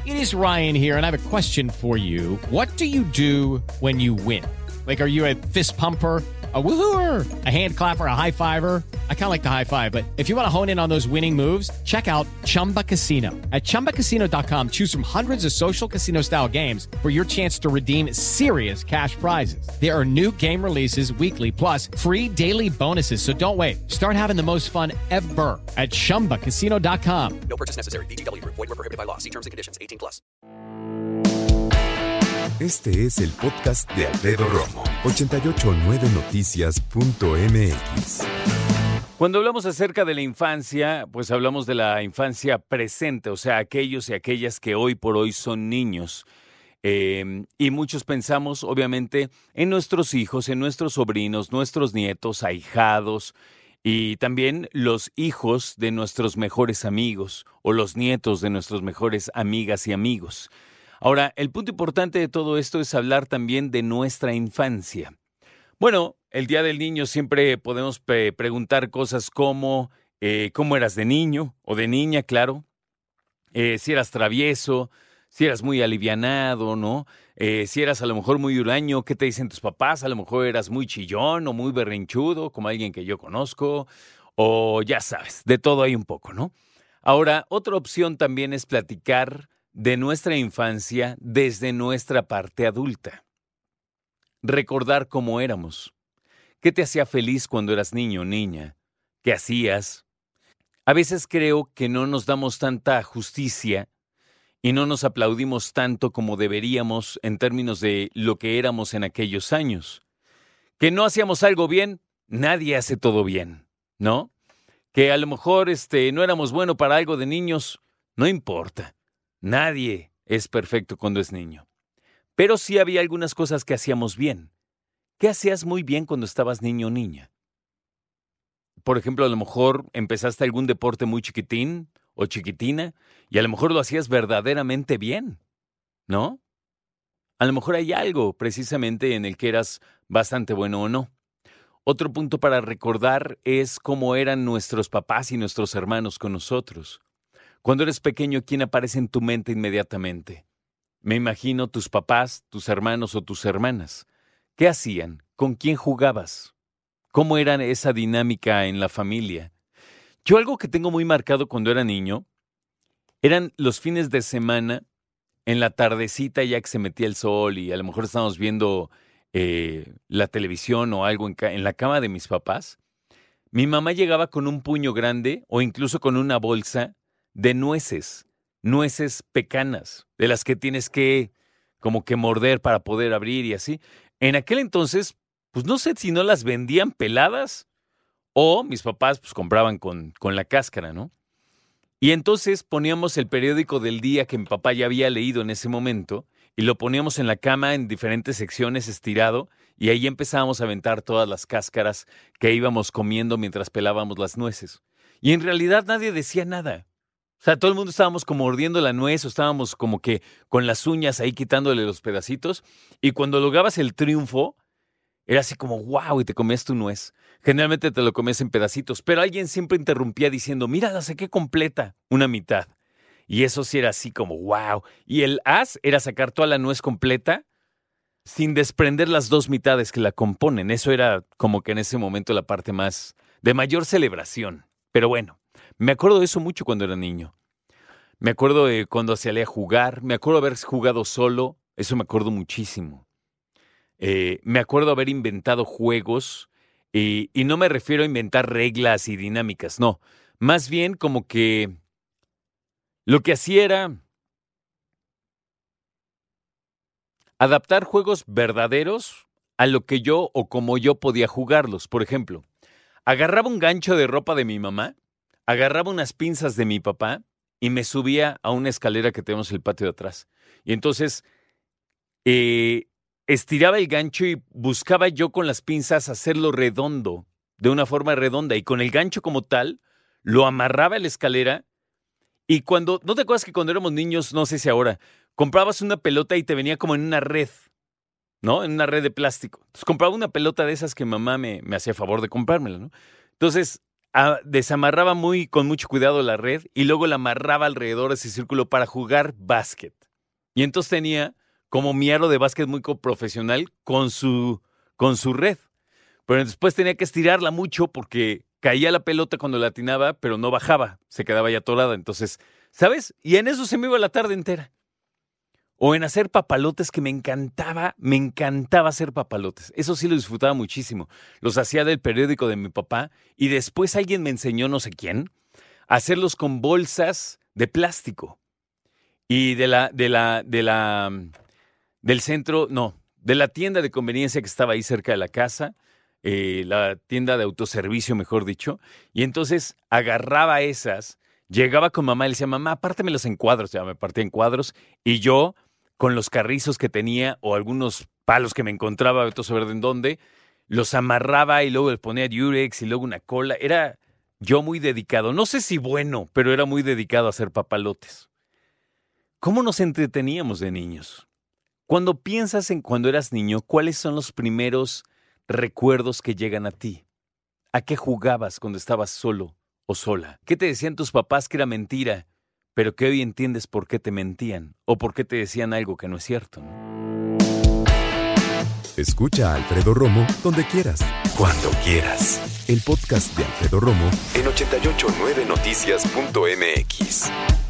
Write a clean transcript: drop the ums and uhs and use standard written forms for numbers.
It is Ryan here, and I have a question for you. What do you do when you win? Like, are you a fist pumper, a woohooer, a hand clapper, a high fiver? I kind of like the high five, but if you want to hone in on those winning moves, check out Chumba Casino. At ChumbaCasino.com, choose from hundreds of social casino-style games for your chance to redeem serious cash prizes. There are new game releases weekly, plus free daily bonuses. So don't wait. Start having the most fun ever at ChumbaCasino.com. No purchase necessary. VGW Group. Void where prohibited by law. See terms and conditions. 18+. Este es el podcast de Alfredo Romo, 889noticias.mx. Cuando hablamos acerca de la infancia, pues hablamos de la infancia presente, o sea, aquellos y aquellas que hoy por hoy son niños. Y muchos pensamos, obviamente, en nuestros hijos, en nuestros sobrinos, nuestros nietos, ahijados, y también los hijos de nuestros mejores amigos o los nietos de nuestras mejores amigas y amigos. Ahora, el punto importante de todo esto es hablar también de nuestra infancia. Bueno, el Día del Niño siempre podemos preguntar cosas como cómo eras de niño o de niña, claro, si eras travieso, si eras muy alivianado, ¿no? Si eras a lo mejor muy huraño, ¿qué te dicen tus papás? A lo mejor eras muy chillón o muy berrinchudo, como alguien que yo conozco, o ya sabes, de todo hay un poco, ¿no? Ahora, otra opción también es platicar de nuestra infancia desde nuestra parte adulta. Recordar cómo éramos. ¿Qué te hacía feliz cuando eras niño o niña? ¿Qué hacías? A veces creo que no nos damos tanta justicia y no nos aplaudimos tanto como deberíamos en términos de lo que éramos en aquellos años. Que no hacíamos algo bien, nadie hace todo bien, ¿no? Que a lo mejor no éramos buenos para algo de niños, no importa. Nadie es perfecto cuando es niño. Pero sí había algunas cosas que hacíamos bien. ¿Qué hacías muy bien cuando estabas niño o niña? Por ejemplo, a lo mejor empezaste algún deporte muy chiquitín o chiquitina y a lo mejor lo hacías verdaderamente bien, ¿no? A lo mejor hay algo precisamente en el que eras bastante bueno o no. Otro punto para recordar es cómo eran nuestros papás y nuestros hermanos con nosotros. Cuando eres pequeño, ¿quién aparece en tu mente inmediatamente? Me imagino tus papás, tus hermanos o tus hermanas. ¿Qué hacían? ¿Con quién jugabas? ¿Cómo era esa dinámica en la familia? Yo algo que tengo muy marcado cuando era niño eran los fines de semana, en la tardecita ya que se metía el sol y a lo mejor estábamos viendo la televisión o algo en la cama de mis papás. Mi mamá llegaba con un puño grande o incluso con una bolsa de nueces pecanas, de las que tienes que como que morder para poder abrir y así. En aquel entonces, pues no sé si no las vendían peladas o mis papás pues compraban con la cáscara, ¿no? Y entonces poníamos el periódico del día que mi papá ya había leído en ese momento y lo poníamos en la cama en diferentes secciones estirado y ahí empezábamos a aventar todas las cáscaras que íbamos comiendo mientras pelábamos las nueces. Y en realidad nadie decía nada. O sea, todo el mundo estábamos como mordiendo la nuez o estábamos como que con las uñas ahí quitándole los pedacitos y cuando lograbas el triunfo era así como wow y te comías tu nuez. Generalmente te lo comías en pedacitos, pero alguien siempre interrumpía diciendo mira, la saqué completa, una mitad. Y eso sí era así como wow. Y el as era sacar toda la nuez completa sin desprender las dos mitades que la componen. Eso era como que en ese momento la parte más de mayor celebración. Pero bueno. Me acuerdo de eso mucho cuando era niño. Me acuerdo de cuando salía a jugar. Me acuerdo de haber jugado solo. Eso me acuerdo muchísimo. Me acuerdo haber inventado juegos. Y no me refiero a inventar reglas y dinámicas, no. Más bien como que lo que hacía era adaptar juegos verdaderos a lo que yo o como yo podía jugarlos. Por ejemplo, agarraba un gancho de ropa de mi mamá. Agarraba unas pinzas de mi papá y me subía a una escalera que tenemos en el patio de atrás. Y entonces estiraba el gancho y buscaba yo con las pinzas hacerlo redondo, de una forma redonda. Y con el gancho como tal, lo amarraba a la escalera. Y cuando, ¿no te acuerdas que cuando éramos niños, no sé si ahora, comprabas una pelota y te venía como en una red, ¿no? En una red de plástico. Entonces compraba una pelota de esas que mamá me hacía favor de comprármela, ¿no? Entonces desamarraba con mucho cuidado la red y luego la amarraba alrededor de ese círculo para jugar básquet. Y entonces tenía como mi aro de básquet muy profesional con su red. Pero después tenía que estirarla mucho porque caía la pelota cuando la atinaba, pero no bajaba, se quedaba ya atorada. Entonces, ¿sabes? Y en eso se me iba la tarde entera. O en hacer papalotes, que me encantaba hacer papalotes. Eso sí lo disfrutaba muchísimo. Los hacía del periódico de mi papá y después alguien me enseñó, no sé quién, a hacerlos con bolsas de plástico. Y de la tienda de conveniencia que estaba ahí cerca de la casa, la tienda de autoservicio, mejor dicho. Y entonces agarraba esas, llegaba con mamá y le decía, mamá, pártemelos en cuadros. Ya me partía en cuadros y yo, con los carrizos que tenía o algunos palos que me encontraba, vete a saber de en dónde, los amarraba y luego les ponía Durex y luego una cola. Era yo muy dedicado. No sé si bueno, pero era muy dedicado a hacer papalotes. ¿Cómo nos entreteníamos de niños? Cuando piensas en cuando eras niño, ¿cuáles son los primeros recuerdos que llegan a ti? ¿A qué jugabas cuando estabas solo o sola? ¿Qué te decían tus papás que era mentira, pero que hoy entiendes por qué te mentían o por qué te decían algo que no es cierto, ¿no? Escucha a Alfredo Romo donde quieras, cuando quieras. El podcast de Alfredo Romo en 889noticias.mx.